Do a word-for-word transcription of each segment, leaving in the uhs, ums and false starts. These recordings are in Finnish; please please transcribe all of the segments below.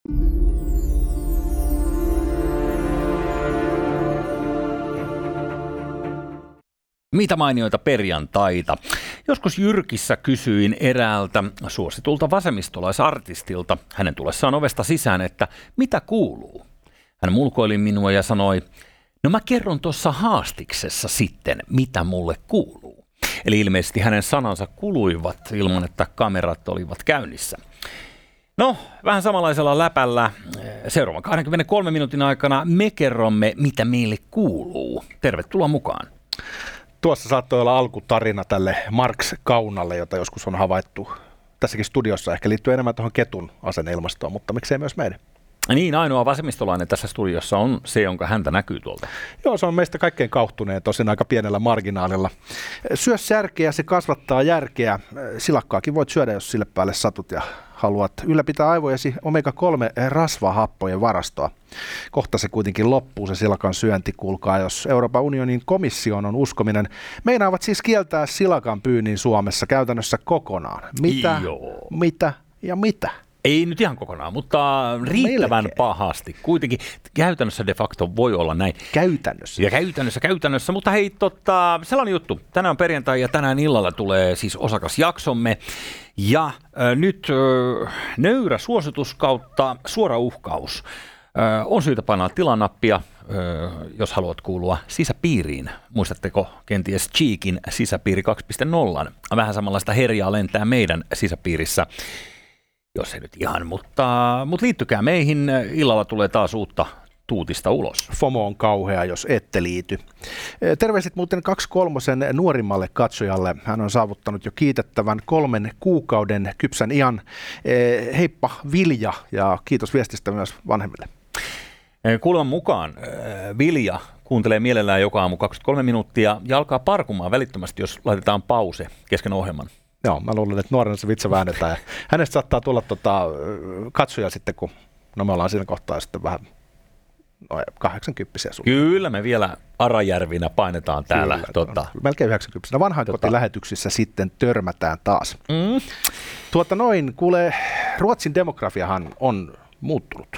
Mitä mainioita perjantaita. Joskus Jyrkissä kysyin eräältä suositulta vasemmistolaisartistilta hänen tullessaan ovesta sisään, että mitä kuuluu. Hän mulkoili minua ja sanoi, no mä kerron tuossa haastiksessa sitten, mitä mulle kuuluu. Eli ilmeisesti hänen sanansa kuluivat ilman, että kamerat olivat käynnissä. No, vähän samanlaisella läpällä seuraavan kaksikymmentäkolme minuutin aikana me kerromme, mitä meille kuuluu. Tervetuloa mukaan. Tuossa saattoi olla alkutarina tälle Marx-kaunalle, jota joskus on havaittu tässäkin studiossa. Ehkä liittyy enemmän tuohon ketun asenneilmastoon, mutta miksei myös meidän. Niin, ainoa vasemmistolainen tässä studiossa on se, jonka häntä näkyy tuolta. Joo, se on meistä kaikkein kauhtuneen, tosin aika pienellä marginaalilla. Syö särkeä, se kasvattaa järkeä. Silakkaakin voit syödä, jos sille päälle satut ja haluat ylläpitää aivojesi omega kolme rasvahappojen varastoa. Kohta se kuitenkin loppuu, se silakan syönti, kuulkaa, jos Euroopan unionin komission on uskominen. Meinaavat siis kieltää silakan pyynnin Suomessa käytännössä kokonaan. Mitä, Joo. mitä ja mitä? Ei nyt ihan kokonaan, mutta riittävän Melkein. pahasti. Kuitenkin käytännössä de facto voi olla näin. Käytännössä. Ja käytännössä, käytännössä. Mutta hei, tota, sellainen juttu. Tänään on perjantai ja tänään illalla tulee siis osakasjaksomme. Ja äh, nyt äh, nöyrä suositus kautta suora uhkaus. Äh, on syytä painaa tilanappia, äh, jos haluat kuulua sisäpiiriin. Muistatteko kenties Cheekin sisäpiiri kaksi piste nolla? Vähän samanlaista herjaa lentää meidän sisäpiirissä. Jos ei nyt ihan, mutta, mutta liittykää meihin. Illalla tulee taas uutta tuutista ulos. FOMO on kauhea, jos ette liity. Terveiset muuten kaksi kolmosen nuorimmalle katsojalle. Hän on saavuttanut jo kiitettävän kolmen kuukauden kypsän iän. Heippa Vilja ja kiitos viestistä myös vanhemmille. Kuuleman mukaan Vilja kuuntelee mielellään joka aamu kaksikymmentäkolme minuuttia ja alkaa parkumaan välittömästi, jos laitetaan pause kesken ohjelman. Joo, mä luulen, että nuorena se vitsa väännetään. Hänestä saattaa tulla tota, katsoja sitten, kun no me ollaan siinä kohtaa sitten vähän no, kahdeksankymppisiä sun. Kyllä, me vielä Arajärvinä painetaan täällä. Kyllä, tota. Melkein yhdeksänkymppisiä. Vanhainkotilähetyksissä sitten törmätään taas. Mm. Tuota noin, kuule, Ruotsin demografiahan on muuttunut.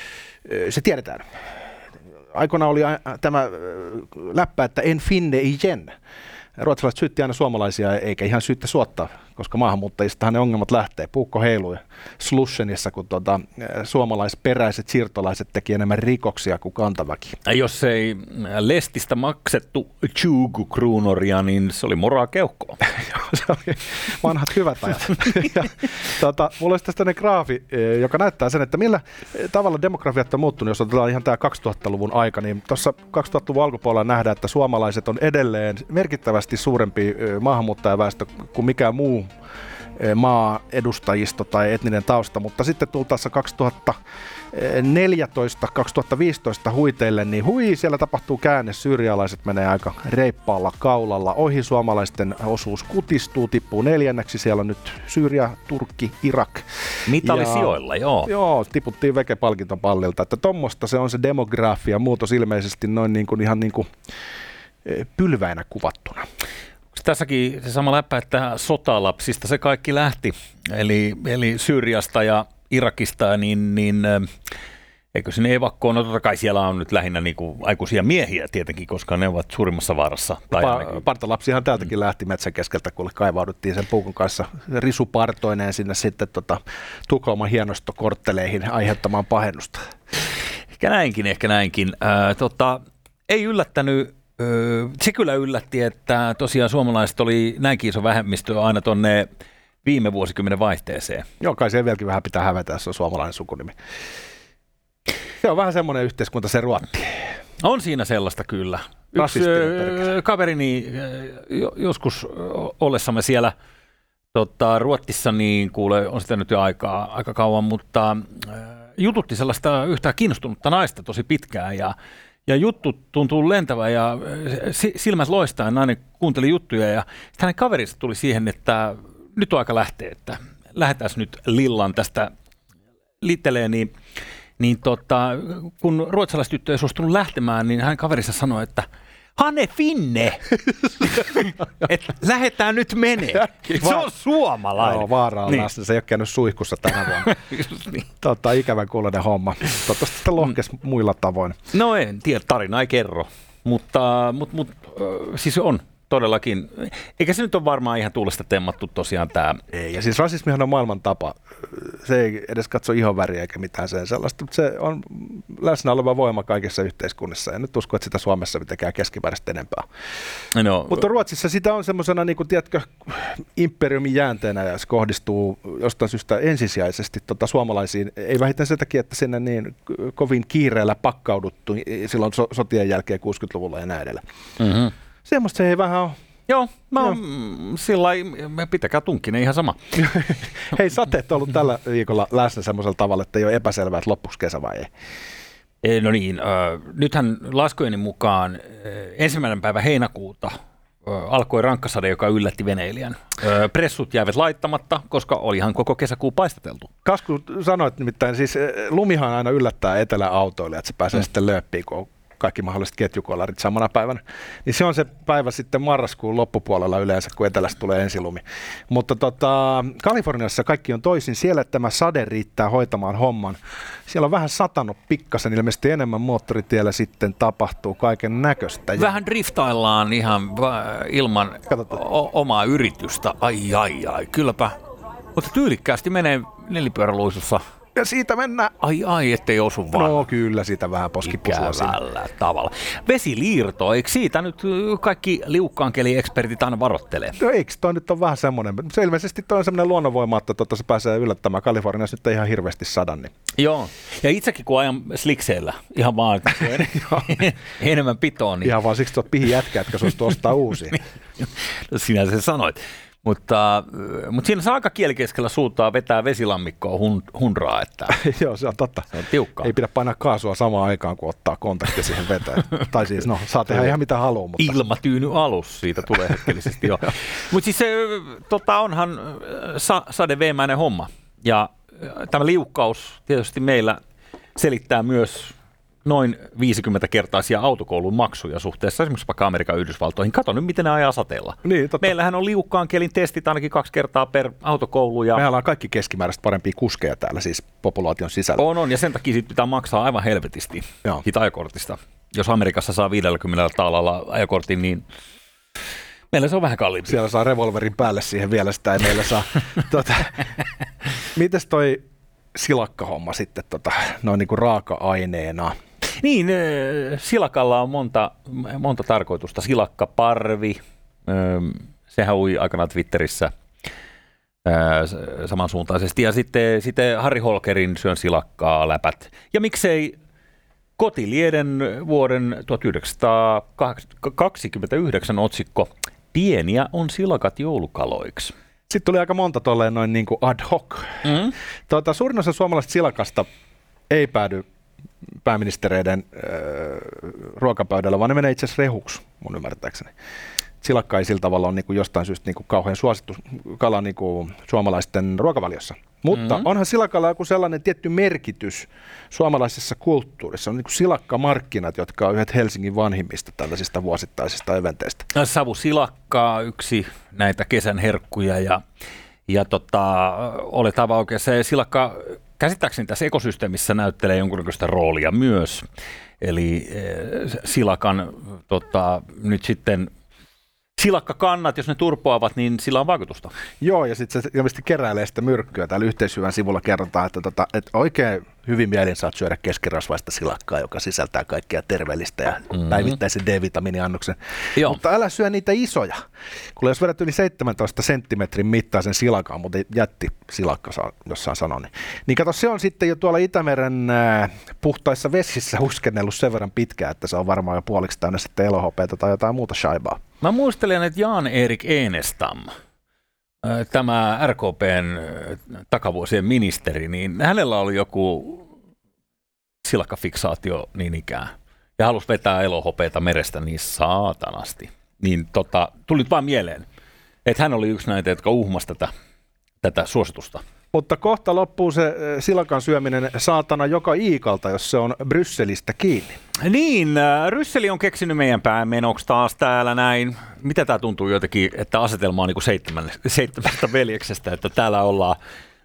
Se tiedetään. Aikoina oli tämä läppä, että en finne igen. Ruotsalaiset syytti aina suomalaisia, eikä ihan syyttä suottaa, koska maahanmuuttajistahan ne ongelmat lähtee. Puukko heilui Slussenissa, kun tuota, suomalaisperäiset siirtolaiset teki enemmän rikoksia kuin kantaväki. Jos ei lestistä maksettu tjugo kruunoria, niin se oli moraa keuhkoa. Se oli vanhat hyvät ajat. ja, tuota, mulla olisi tästä graafi, joka näyttää sen, että millä tavalla demografiat on muuttunut. Jos otetaan ihan tämä kaksituhattaluvun aika, niin tuossa kaksituhattaluvun alkupuolella nähdään, että suomalaiset on edelleen merkittävästi suurempi maahanmuuttajaväestö kuin mikään muu maa edustajisto tai etninen tausta, mutta sitten tultaessa kaksituhattaneljätoista kaksituhattaviisitoista huiteille, niin hui, siellä tapahtuu käänne, syyrialaiset menee aika reippaalla kaulalla ohi, suomalaisten osuus kutistuu, tippuu neljänneksi, siellä on nyt Syyria, Turkki, Irak. Mitallisijoilla, joo. Joo, tiputtiin veke-palkintopallilta, että tommoista se on se demografia, muutos ilmeisesti noin niin kuin ihan niin kuin pylväinä kuvattuna. Tässäkin se sama läppä, että sotalapsista se kaikki lähti, eli, eli Syyriasta ja Irakista, niin, niin eikö sinne evakkoon, no totta kai siellä on nyt lähinnä niin kuin aikuisia miehiä tietenkin, koska ne ovat suurimmassa vaarassa. Tai pa- partalapsihan täältäkin mm. lähti metsän keskeltä, kun kaivauduttiin sen puukon kanssa risupartoineen sinne sitten tota, Tukholman hienostokortteleihin aiheuttamaan pahennusta. Ehkä näinkin, ehkä näinkin. Äh, tota, ei yllättänyt. Öö, se kyllä yllätti, että tosiaan suomalaiset oli näinkin iso vähemmistö aina tuonne viime vuosikymmenen vaihteeseen. Joo, kai se vieläkin vähän pitää hävetä, jos on suomalainen sukunimi. Se on vähän semmoinen yhteiskunta se Ruotti. On siinä sellaista kyllä. Yksi öö, kaverini joskus ollessamme siellä tota, Ruotsissa, niin kuule, on sitä nyt jo aikaa, aika kauan, mutta öö, jututti sellaista yhtään kiinnostunutta naista tosi pitkään ja Ja juttu tuntuu lentävän ja silmät loistaa, nainen kuunteli juttuja ja sitten hänen kaverissa tuli siihen, että nyt on aika lähteä, että lähdetään nyt Lillan tästä liitteleen, niin, niin tota, kun ruotsalaistyttö ei suostunut lähtemään, niin hänen kaverissa sanoi, että Hanne Finne! Et lähdetään nyt menee. Se on suomalainen. Joo, vaara on niin. läsnä. Se ei ole käynyt suihkussa tänä vuonna. niin. Tota, ikävän kuuloinen homma. Toivottavasti sitten lohkes mm. muilla tavoin. No en tiedä, tarina ei kerro. Mutta, mutta, mutta siis on. Todellakin. Eikä se nyt ole varmaan ihan tuulesta temmattu tosiaan tämä. Ei, ja siis rasismihan on maailman tapa. Se ei edes katso ihonväriä eikä mitään sen sellaista, mutta se on läsnä oleva voima kaikissa yhteiskunnissa. Ja nyt uskon, että sitä Suomessa mitenkään keskimääräistä enempää. No, mutta Ruotsissa sitä on semmoisena, niin kuin, tiedätkö, imperiumin jäänteenä, ja se kohdistuu jostain syystä ensisijaisesti tota, suomalaisiin. Ei vähiten sen takia, että sinne niin kovin kiireellä pakkauduttu silloin so- sotien jälkeen kuusikymmentäluvulla ja näin edelleen. Mm-hmm. Semmoista se ei vähän ole. Joo, mä oon sillä lailla, pitäkää tunkkinen ihan sama. Hei, sateet on ollut tällä viikolla läsnä semmoisella tavalla, että ei ole epäselvää, että loppuksi kesä vai ei. No niin, äh, nythän laskujeni mukaan äh, ensimmäinen päivä heinäkuuta äh, alkoi rankkasade, joka yllätti veneilijän. Äh, pressut jäivät laittamatta, koska olihan koko kesäkuu paistateltu. Kasku sanoit nimittäin, siis lumihan aina yllättää eteläautoille, että se pääsee mm. sitten lööppiin, kun on kaikki mahdolliset ketjukolarit samana päivänä, niin se on se päivä sitten marraskuun loppupuolella yleensä, kun etelästä tulee ensilumi. Mutta tota, Kaliforniassa kaikki on toisin. Siellä tämä sade riittää hoitamaan homman. Siellä on vähän satanut pikkasen, ilmeisesti enemmän moottoritiellä sitten tapahtuu kaiken näköistä. Vähän driftaillaan ihan ilman o- omaa yritystä. Ai ai ai, kylläpä. Mutta tyylikkäästi menee nelipyöräluisussa. Ja siitä mennään. Ai ai, ettei osu vaan. No kyllä, sitä vähän poskipusua ikävällä tavalla. Vesiliirto, eikö siitä nyt kaikki liukkaankeliekspertit aina varoittelee? No eikö toi nyt on vähän semmoinen. Se ilmeisesti toi on semmoinen luonnonvoima, että totta se pääsee yllättämään. Kaliforniassa nyt ei ihan hirveästi sadan. Niin. Joo, ja itsekin kun ajan slikseillä, ihan vaan enemmän pitoon. Niin... Ihan vaan siksi tuot pihi jätkä, jotka suostuu ostaa uusia. No sinä sen sanoit. Mutta, mutta siinä saa aika kielikeskellä suutaan vetää vesilammikkoa hun, hunraa, että joo, se on totta. Se on tiukkaa. Ei pidä painaa kaasua samaan aikaan, kun ottaa kontakti siihen veteen. Tai siis, no, saa tehdä ihan mitä haluaa. Mutta... Ilmatyyny alus, siitä tulee hetkellisesti jo. Mutta siis se, tota, onhan sa, sadeveemäinen homma. Ja tämä liukkaus tietysti meillä selittää myös noin viisikymmentäkertaisia autokoulun maksuja suhteessa esimerkiksi vaikka Amerikan Yhdysvaltoihin. Kato nyt, miten ne ajaa sateella. Niin, meillähän on liukkaan kielin testit ainakin kaksi kertaa per autokoulu. Ja... Meillä on kaikki keskimääräistä parempia kuskeja täällä siis populaation sisällä. On, on, ja sen takia sit pitää maksaa aivan helvetisti siitä ajokortista. Jos Amerikassa saa viidelläkymmenellä taalalla ajokortin, niin meillä se on vähän kalliimpi. Siellä saa revolverin päälle siihen vielä, sitä ei meillä saa. tuota, mites toi silakkahomma sitten tota, noin niin kuin raaka-aineena? Niin, silakalla on monta, monta tarkoitusta. Silakkaparvi, sehän ui aikanaan Twitterissä samansuuntaisesti. Ja sitten, sitten Harri Holkerin Syön silakkaa läpät. Ja miksei Kotilieden vuoden tuhatyhdeksänsataakaksikymmentäyhdeksän otsikko Pieniä on silakat joulukaloiksi. Sitten tuli aika monta tolleen noin niin kuin ad hoc. Mm. Tuota, suurin osa suomalaisesta silakasta ei päädy pääministereiden äh, ruokapöydällä, vaan ne menee itse asiassa rehuksi, mun ymmärtääkseni. Silakka ei sillä tavalla ole niin kuin jostain syystä niin kuin kauhean suosittu kala niin kuin suomalaisten ruokavaliossa. Mutta mm-hmm. onhan silakalla joku sellainen tietty merkitys suomalaisessa kulttuurissa. On niin kuin silakkamarkkinat, jotka on yhdet Helsingin vanhimmista tällaisista vuosittaisista eventeistä. Savusilakkaa, yksi näitä kesän herkkuja ja, ja tota, olet aivan oikeassa. Silakka käsittääkseni tässä ekosysteemissä näyttelee jonkunnäköistä roolia myös. Eli eh, silakan tota, nyt sitten silakkakannat, jos ne turpoavat, niin sillä on vaikutusta. Joo, ja sitten se ilmeisesti keräilee sitä myrkkyä. Täällä Yhteishyvän sivulla kerrotaan, että, tota, että oikein hyvin mielin saat syödä keskirasvaista silakkaa, joka sisältää kaikkea terveellistä ja mm-hmm. päivittäisen D-vitamiiniannoksen. Joo. Mutta älä syö niitä isoja. Kun jos vedät yli seitsemäntoista senttimetrin mittaisen silakan, mutta jätti silakka jossain sanoi, niin, niin kato, se on sitten jo tuolla Itämeren äh, puhtaissa vesissä huskennellut sen verran pitkään, että se on varmaan jo puoliksi täynnä sitten elohopeata tai jotain muuta shaibaa. Mä muistelen, että Jan-Erik Enestam, tämä R K P:n takavuosien ministeri, niin hänellä oli joku silakkafiksaatio niin ikään. Ja halusi vetää elohopeata merestä niin saatanasti. Niin tota, tuli vaan mieleen, että hän oli yksi näitä, jotka uhmasi tätä, tätä suositusta. Mutta kohta loppuu se silakan syöminen saatana joka iikalta, jos se on Brysselistä kiinni. Niin, äh, Rysseli on keksinyt meidän päämenoksi taas täällä näin. Mitä tämä tuntuu jotenkin, että asetelma on niin kuin seitsemän, seitsemästä veljeksestä, että täällä ollaan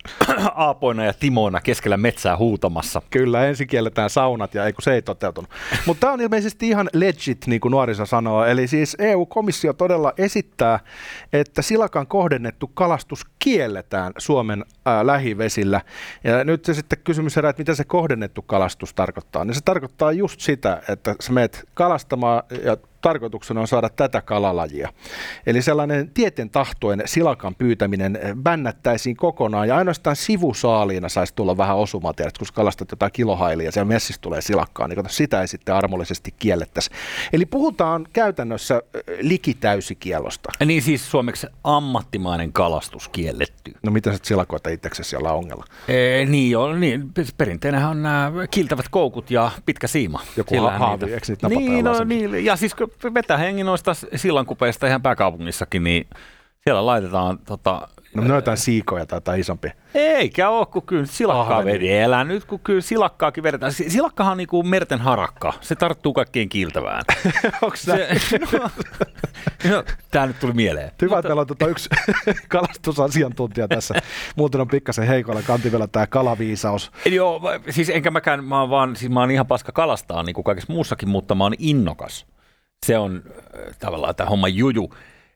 Aapoina ja Timoina keskellä metsää huutamassa. Kyllä, ensin kielletään saunat ja ei kun se ei toteutunut. Mutta tämä on ilmeisesti ihan legit, niin kuin nuoriso sanoo. Eli siis E U-komissio todella esittää, että silakan kohdennettu kalastus kielletään Suomen ää, lähivesillä. Ja nyt se sitten kysymys herää, että mitä se kohdennettu kalastus tarkoittaa. Niin se tarkoittaa just sitä, että sä meet kalastamaan ja tarkoituksena on saada tätä kalalajia. Eli sellainen tieten tahtoen silakan pyytäminen bännättäisiin kokonaan ja ainoastaan sivusaaliina saisi tulla vähän osumaa, tiedät, kun kalastat jotain kilohailia ja siellä messissä tulee silakkaa, niin kato, sitä ei sitten armollisesti kiellettäisi. Eli puhutaan käytännössä likitäysikielosta. Niin siis suomeksi ammattimainen kalastus kielletty. No mitä sä silakoita itseksesi siellä ongella? Ee, niin joo, niin, perinteinähän on nämä kiiltävät koukut ja pitkä siima. Joku ha- haavi, eikö niitä napata niin, no, niin, ja siis kun vetää hengi noista sillankupeista ihan pääkaupungissakin, niin siellä laitetaan tota... No ne on jotain siikoja tai jotain isompia. Eikä ole, kun kyllä silakkaa vedellä. Nyt kun kyllä silakkaakin vedetään. Silakkahan on niin kuin merten harakka. Se tarttuu kaikkien kiiltävään. Onko se? No, no, tämä nyt tuli mieleen. Hyvä, että meillä on tuota yksi kalastusasiantuntija tässä. Muuten on pikkasen heikolla kantivella tämä kalaviisaus. Joo, siis enkä mäkään, mä oon vaan, siis mä oon ihan paska kalastaa niin kuin kaikessa muussakin, mutta mä oon innokas. Se on äh, tavallaan tämä homma juju.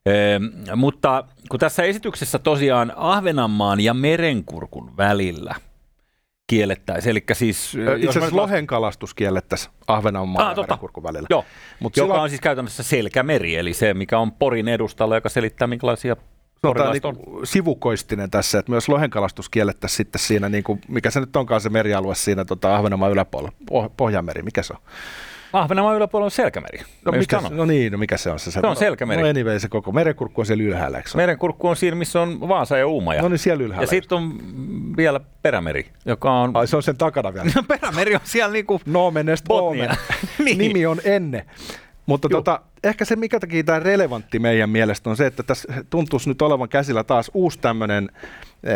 Ee, mutta kun tässä esityksessä tosiaan Ahvenanmaan ja Merenkurkun välillä kiellettäisiin, eli siis... Itse asiassa lohen kalastus kiellettäisiin Ahvenanmaan ah, ja Merenkurkun välillä. Joo, Mut joka sillä... on siis käytännössä selkämeri, eli se, mikä on Porin edustalla, joka selittää minkälaisia... No, tämä on niin sivukoistinen tässä, että myös lohenkalastus kiellettäisiin sitten siinä, niin kuin, mikä se nyt onkaan se merialue siinä tota Ahvenanmaan yläpuolella, Poh- Pohjanmeri, mikä se on? Ahvenanmaan yläpuolella on selkämeri. No, mikä, no niin, no mikä se on se? Se on selkämeri. No anyway, se koko merenkurkku on siellä ylhäällä, eikö se? Merenkurkku on siinä, missä on Vaasa ja Uumaja. No niin, siellä ylhäällä. Ja sitten on vielä Perämeri, joka on... Ai, se on sen takana vielä. No Perämeri on siellä niinku... No menest Botnia. Niin. Nimi on Enne. Mutta tota, ehkä se, mikä takia tämä relevantti meidän mielestä on se, että tässä tuntuisi nyt olevan käsillä taas uusi tämmöinen e,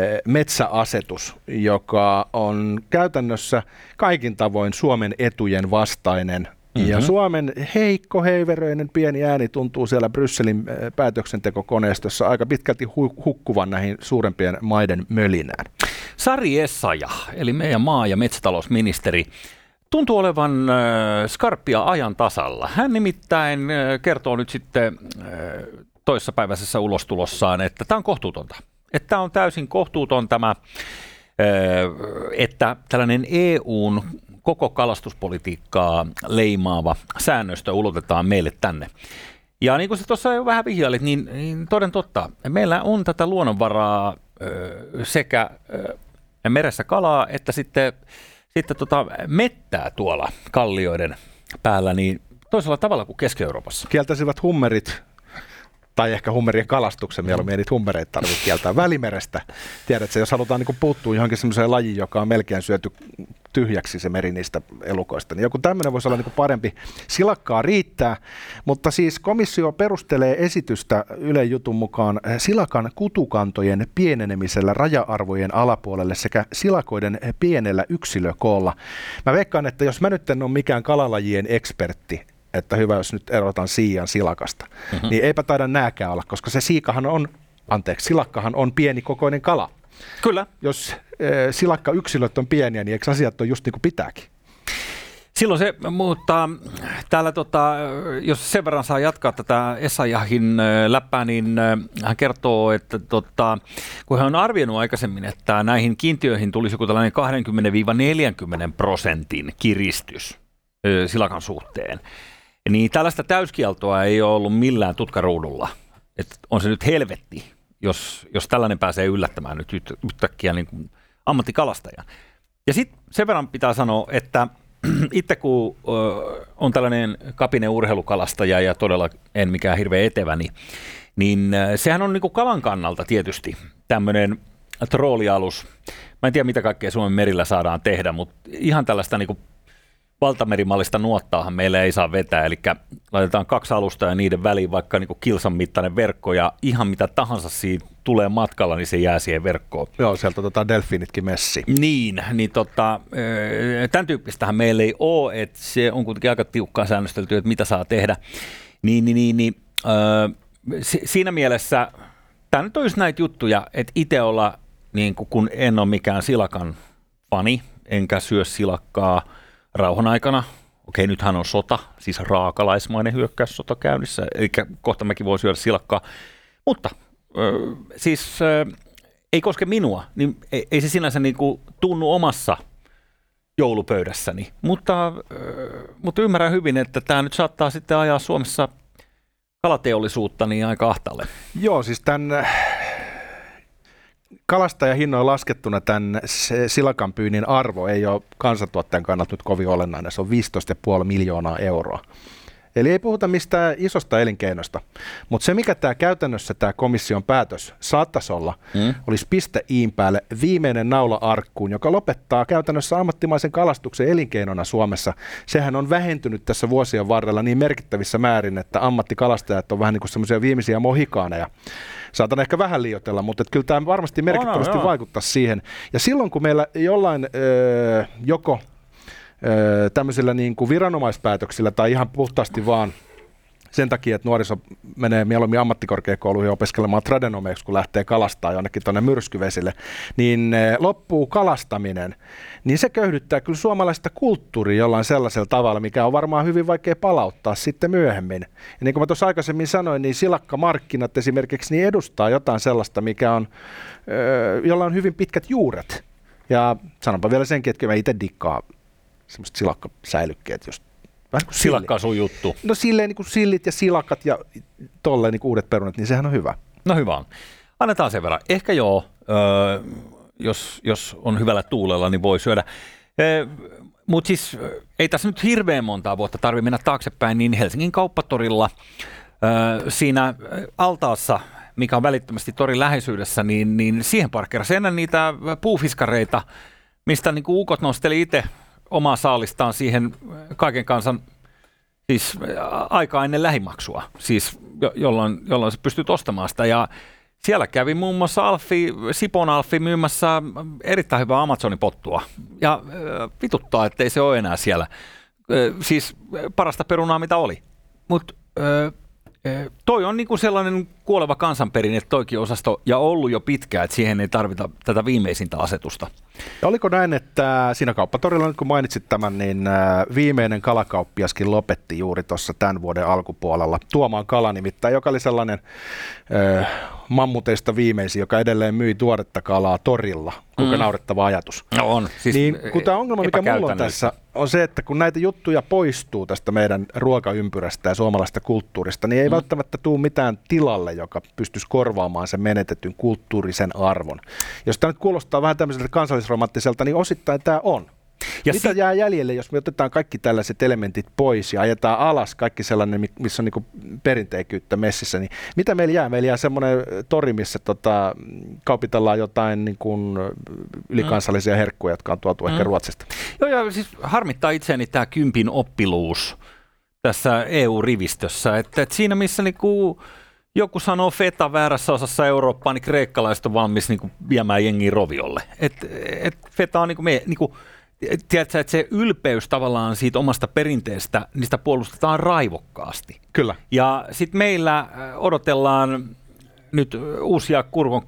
metsäasetus, joka on käytännössä kaikin tavoin Suomen etujen vastainen. Mm-hmm. Ja Suomen heikko, heiveröinen pieni ääni tuntuu siellä Brysselin päätöksentekokoneistossa aika pitkälti hu- hukkuvan näihin suurempien maiden mölinään. Sari Essayah, eli meidän maa- ja metsätalousministeri, tuntuu olevan äh, skarppia ajan tasalla. Hän nimittäin äh, kertoo nyt sitten äh, toissapäiväisessä ulostulossaan, että tämä on kohtuutonta. Että tämä on täysin kohtuuton tämä, äh, että tällainen E U:n koko kalastuspolitiikkaa leimaava säännöstö ulotetaan meille tänne. Ja niin kuin sä tuossa jo vähän vihjailit, niin, niin toden totta, meillä on tätä luonnonvaraa äh, sekä äh, meressä kalaa että sitten Sitten tota, mettää tuolla kallioiden päällä niin toisella tavalla kuin Keski-Euroopassa. Kieltäisivät hummerit, tai ehkä hummerien kalastuksen, mieluummin niitä hummereita tarvitse kieltää Välimerestä. Tiedätkö, jos halutaan niin puuttua johonkin semmoiseen lajiin, joka on melkein syöty tyhjäksi se meri niistä elukoista, niin joku tämmöinen voisi olla niin parempi. Silakkaa riittää, mutta siis komissio perustelee esitystä Ylen jutun mukaan silakan kutukantojen pienenemisellä raja-arvojen alapuolelle sekä silakoiden pienellä yksilökoolla. Mä veikkaan, että jos mä nyt en ole mikään kalalajien ekspertti, että hyvä, jos nyt erotan siian silakasta, mm-hmm. niin eipä taida nääkään olla, koska se siikahan on, anteeksi, silakkahan on pienikokoinen kala. Kyllä. Jos e, silakka-yksilöt on pieniä, niin eikö asiat ole just niin kuin pitääkin? Silloin se, mutta täällä tota, jos sen verran saa jatkaa tätä Essayahin läppää, niin hän kertoo, että tota, kun hän on arvioinut aikaisemmin, että näihin kiintiöihin tulisi joku tällainen kaksikymmentä neljäkymmentä prosentin kiristys silakan suhteen, niin tällaista täyskieltoa ei ole ollut millään tutkaruudulla. Että on se nyt helvetti, jos, jos tällainen pääsee yllättämään nyt yhtäkkiä niin kuin ammattikalastajan. Ja sitten sen verran pitää sanoa, että itse kun ö, on tällainen kapinen urheilukalastaja ja todella en mikään hirveän etevä, niin, niin sehän on niin kuin kalan kannalta tietysti tämmöinen troolialus. Mä en tiedä, mitä kaikkea Suomen merillä saadaan tehdä, mutta ihan tällaista niin kuin valtamerimallista nuottaahan meillä ei saa vetää, eli laitetaan kaksi alustaa ja niiden väliin vaikka niin kuin kilsan mittainen verkko, ja ihan mitä tahansa siitä tulee matkalla, niin se jää siihen verkkoon. Joo, sieltä otetaan delfiinitkin messiin. Niin, niin tota, tämän tyyppistähän meillä ei ole, että se on kuitenkin aika tiukkaa säännöstelty, että mitä saa tehdä. Niin, niin, niin, niin äh, siinä mielessä tämä nyt on just näitä juttuja, että itse olla, niin kun en ole mikään silakan fani, enkä syö silakkaa rauhan aikana. Okei, nythän on sota, siis raakalaismainen hyökkäyssota käynnissä, eli kohta mäkin voi syödä silakkaa. Mutta äh, siis äh, ei koske minua, niin ei, ei se sinänsä niin kuin tunnu omassa joulupöydässäni. Mutta, äh, mutta ymmärrän hyvin, että tämä nyt saattaa sitten ajaa Suomessa kalateollisuutta niin aika ahtaalle. Joo, siis tämän kalastajahinnoin laskettuna tämän silakan pyynnin arvo ei ole kansantuottajan kannalta nyt kovin olennainen. Se on viisitoista pilkku viisi miljoonaa euroa. Eli ei puhuta mistään isosta elinkeinosta. Mutta se, mikä tämä käytännössä tämä komission päätös saattaisi olla, mm. olisi piste iin päälle viimeinen naula arkkuun, joka lopettaa käytännössä ammattimaisen kalastuksen elinkeinona Suomessa. Sehän on vähentynyt tässä vuosien varrella niin merkittävissä määrin, että ammattikalastajat on vähän niin kuin semmoisia viimeisiä mohikaaneja. Saatan ehkä vähän liioitella, mutta kyllä tämä varmasti merkittävästi no, no, vaikuttaa siihen. Ja silloin, kun meillä jollain öö, joko öö, tämmöisillä niin kuin viranomaispäätöksillä tai ihan puhtaasti vaan sen takia, että nuoriso menee mieluummin ammattikorkeakouluihin opiskelemaan tradenomeiksi, kun lähtee kalastaa jonnekin tuonne myrskyvesille, niin loppuu kalastaminen, niin se köyhdyttää kyllä suomalaista kulttuuria jollain sellaisella tavalla, mikä on varmaan hyvin vaikea palauttaa sitten myöhemmin. Ja niin kuin mä tuossa aikaisemmin sanoin, niin silakkamarkkinat esimerkiksi niin edustaa jotain sellaista, mikä on, jolla on hyvin pitkät juuret. Ja sanonpa vielä senkin, että mä itse dikkaan semmoiset silakkasäilykkeet, just silakka on sun juttu. No silleen niin kuin sillit ja silakat ja tolleen niin kuin uudet perunat, niin sehän on hyvä. No hyvä on. Annetaan sen verran. Ehkä joo, öö, jos, jos on hyvällä tuulella, niin voi syödä. Öö, Mutta siis ei tässä nyt hirveän montaa vuotta tarvitse mennä taaksepäin, niin Helsingin kauppatorilla öö, siinä altaassa, mikä on välittömästi torin läheisyydessä, niin, niin siihen parkkerasi ennen niitä puufiskareita, mistä niin kuin ukot nosteli itse omaa saalistaan siihen kaiken kansan, siis aikaa ennen lähimaksua, siis jo, jolloin, jolloin sä pystyt ostamaan sitä. Ja siellä kävi muun muassa Alffi, Sipon Alffi myymässä erittäin hyvää Amazonin pottua. Ja äh, vituttaa, ettei se ole enää siellä. Äh, siis parasta perunaa, mitä oli. Mutta äh, toi on niinku sellainen kuoleva kansanperinne, toikin osasto, ja ollut jo pitkään, että siihen ei tarvita tätä viimeisintä asetusta. Ja oliko näin, että siinä kauppatorilla, nyt kun mainitsit tämän, niin viimeinen kalakauppiaskin lopetti juuri tuossa tämän vuoden alkupuolella tuomaan kala nimittäin, joka oli sellainen äh, mammuteista viimeisin, joka edelleen myi tuoretta kalaa torilla. Kuinka mm. naurettava ajatus. No on. Siis niin, kun tämä ongelma, mikä mulla on tässä, on se, että kun näitä juttuja poistuu tästä meidän ruokaympyrästä ja suomalaisesta kulttuurista, niin ei mm. välttämättä tule mitään tilalle, joka pystyisi korvaamaan sen menetetyn kulttuurisen arvon. Jos tämä nyt kuulostaa vähän tämmöiseltä kansallisromanttiselta, niin osittain tämä on. Ja mitä si- jää jäljelle, jos me otetaan kaikki tällaiset elementit pois ja ajetaan alas kaikki sellainen, missä on niinku perinteikyyttä messissä, niin mitä meillä jää? Meillä jää semmoinen tori, missä tota, kaupitellaan jotain niinku ylikansallisia herkkuja, jotka on tuotu mm. ehkä Ruotsista. Joo, ja siis harmittaa itseäni tämä kympin oppiluus tässä E U-rivistössä, että, että siinä missä niinku joku sanoo feta väärässä osassa Eurooppaa, niin kreikkalaiset on valmis niinku viemään jengiä roviolle. Et, et feta on niinku me, niinku, tiedätkö, että se ylpeys tavallaan siitä omasta perinteestä, niistä puolustetaan raivokkaasti. Kyllä. Ja sitten meillä odotellaan nyt uusia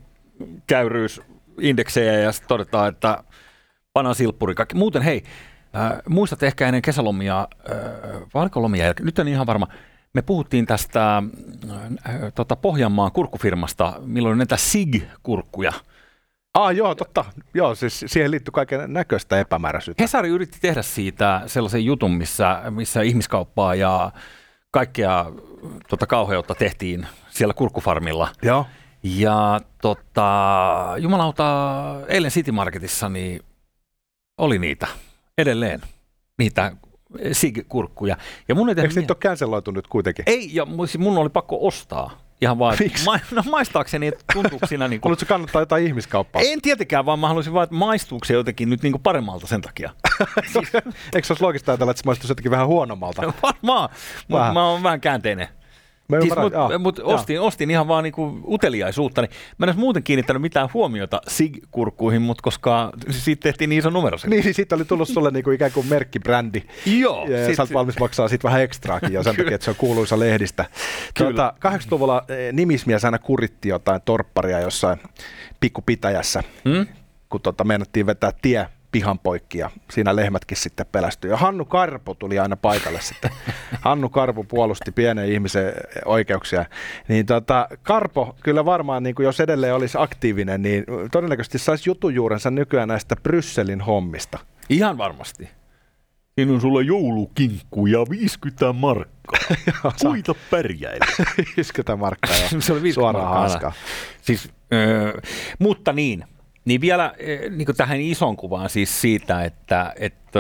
kurvonkäyryysindeksejä ja sitten todetaan, että pannaan silppuri kaikki. Muuten hei, äh, muistat ehkä ennen kesälomia, äh, valkolomia jälkeen, nyt en ihan varma, me puhuttiin tästä äh, tota Pohjanmaan kurkkufirmasta, milloin näitä S I G-kurkkuja. Ah joo, totta. Joo, siis siihen liittyy kaiken näköistä epämääräisyyttä. Hesari yritti tehdä siitä sellaisen jutun, missä, missä ihmiskauppaa ja kaikkea tota, kauheutta tehtiin siellä kurkkufarmilla. Joo. Ja tota, jumalauta, eilen City Marketissa niin oli niitä edelleen, niitä S I G-kurkkuja. Ja mun Eikö niitä ole canceloitu nyt kuitenkin? Ei, ja mun oli pakko ostaa. Ihan vaan, ma- no maistaakseni, että tuntuuko siinä niin kuin... Haluatko kannattaa jotain ihmiskauppaa? En tietenkään, vaan mä haluaisin vaan, että maistuuko se jotenkin nyt niin kuin paremmalta sen takia. Siis... Eikö se olisi loogista ajatella, että se maistuisi jotenkin vähän huonommalta? Varmaan, mutta mä oon vähän käänteinen. Siis, Mutta mut ostin, ostin ihan vaan niinku uteliaisuutta, niin mä en olisi muuten kiinnittänyt mitään huomiota sig-kurkkuihin, mutta koska siitä tehtiin niin iso numero. Niin, niin siitä oli tullut sulle niinku ikään kuin merkkibrändi. Joo. Ja sit... sä olet valmis maksaa siitä vähän ekstraakin jo sen takia, että se on kuuluisa lehdistä. Tuota, kahdeksankymmentäluvulla nimismies aina kuritti jotain torpparia jossain pikkupitäjässä, hmm? kun tota, meinattiin vetää tie pihan poikki ja siinä lehmätkin sitten pelästyi. Ja Hannu Karpo tuli aina paikalle sitten. Hannu Karpo puolusti pienen ihmisen oikeuksia. Niin tota, Karpo kyllä varmaan, niin kuin jos edelleen olisi aktiivinen, niin todennäköisesti saisi jutujuurensa nykyään näistä Brysselin hommista. Ihan varmasti. Siinä on sulla joulukinkku ja viisikymmentä markkaa. Kuita pärjäillä. viisikymmentä markkaa ja se oli suoraan haaskaa. Siis, öö, mutta niin. Niin vielä niin kuin tähän ison kuvaan siis siitä, että, että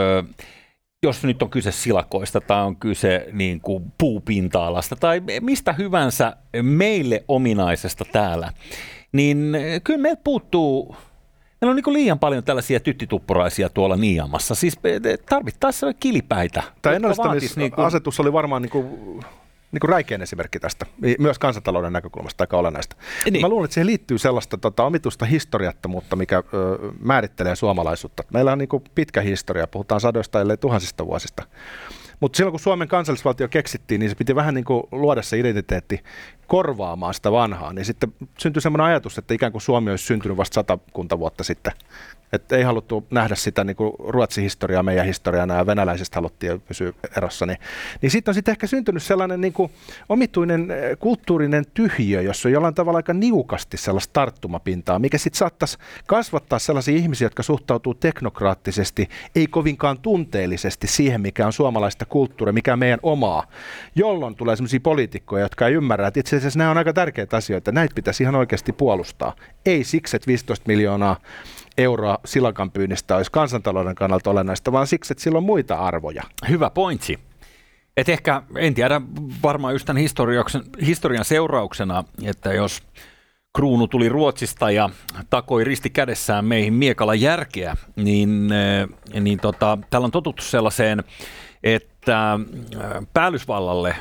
jos nyt on kyse silakoista tai on kyse niin kuin puupinta-alasta tai mistä hyvänsä meille ominaisesta täällä, niin kyllä meiltä puuttuu, meillä on niin kuin liian paljon tällaisia tyttituppuraisia tuolla Niiamassa. Siis tarvittaisiin kilipäitä. Tämä ennallistamisasetus niin oli varmaan... Niin kuin niin kuin räikein esimerkki tästä, myös kansantalouden näkökulmasta aika olennaista. Niin. Mä luulen, että siihen liittyy sellaista tota, omituista historiattomuutta, mikä ö, määrittelee suomalaisuutta. Meillä on niin kuin pitkä historia, puhutaan sadoista ellei tuhansista vuosista. Mutta silloin kun Suomen kansallisvaltio keksittiin, niin se piti vähän niin kuin luoda se identiteetti korvaamaan sitä vanhaa. Niin sitten syntyi semmoinen ajatus, että ikään kuin Suomi olisi syntynyt vasta satakunta vuotta sitten. Että ei haluttu nähdä sitä niin kuin Ruotsin historiaa meidän historiana ja venäläisistä haluttiin pysyä erossa. Niin, niin sitten on sitten ehkä syntynyt sellainen niin kuin omituinen kulttuurinen tyhjiö, jossa on jollain tavalla aika niukasti sellaista tarttumapintaa, mikä sitten saattaisi kasvattaa sellaisia ihmisiä, jotka suhtautuu teknokraattisesti, ei kovinkaan tunteellisesti siihen, mikä on suomalaista kulttuuria, mikä on meidän omaa, jolloin tulee sellaisia poliitikkoja, jotka ei ymmärrä, että itse asiassa nämä on aika tärkeitä asioita, näitä pitäisi ihan oikeasti puolustaa. Ei siksi, että viisitoista miljoonaa euroa silakan pyynnistä olisi kansantalouden kannalta olennaista, vaan siksi, että sillä on muita arvoja. Hyvä pointsi. Et ehkä, en tiedä, varmaan just tämän historian seurauksena, että jos kruunu tuli Ruotsista ja takoi risti kädessään meihin miekalla järkeä, niin, niin tota, täällä on totuttu sellaiseen, että päällysvallalle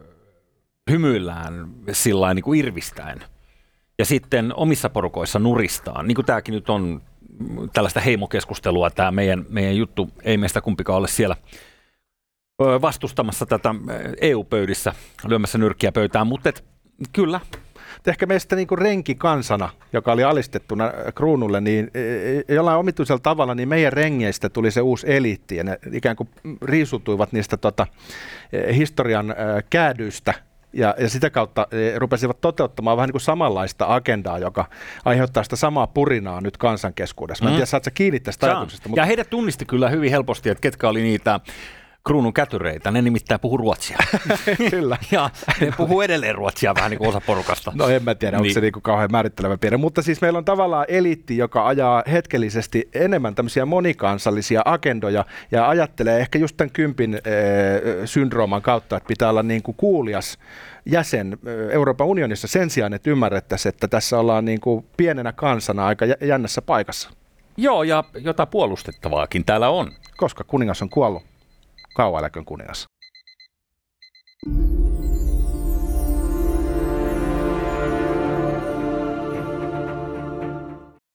hymyillään sillain niin kuin irvistäen ja sitten omissa porukoissa nuristaan, niin kuin tämäkin nyt on tällaista heimokeskustelua, tämä meidän, meidän juttu, ei meistä kumpikaan ole siellä vastustamassa tätä E U-pöydissä, lyömässä nyrkkiä pöytään, mutta et, kyllä. Ehkä meistä niin kuin renkikansana, joka oli alistettuna kruunulle, niin jollain omituisella tavalla niin meidän rengeistä tuli se uusi eliitti, ja ne ikään kuin riisutuivat niistä tota, historian käädyistä, Ja, ja sitä kautta e, rupesivat toteuttamaan vähän niin kuin samanlaista agendaa, joka aiheuttaa sitä samaa purinaa nyt kansan keskuudessa. Mä en tiedä, saat sä kiinni tästä ajatuksesta. Mutta... Ja heidät tunnisti kyllä hyvin helposti, että ketkä oli niitä kruunun kätyreitä. Ne nimittäin puhuu ruotsia. Kyllä. Ja ne puhuu edelleen ruotsia vähän niin kuin osa porukasta. No en mä tiedä, onko niin. se niin kuin kauhean määrittelevä piirre. Mutta siis meillä on tavallaan eliitti, joka ajaa hetkellisesti enemmän tämmöisiä monikansallisia agendoja ja ajattelee ehkä just tämän kympin äh, syndrooman kautta, että pitää olla niin kuin kuulias jäsen Euroopan unionissa sen sijaan, että ymmärrettäisiin, että tässä ollaan niin kuin pienenä kansana aika jännässä paikassa. Joo, ja jotain puolustettavaakin täällä on. Koska kuningas on kuollut. Kauan eläköön kuningas.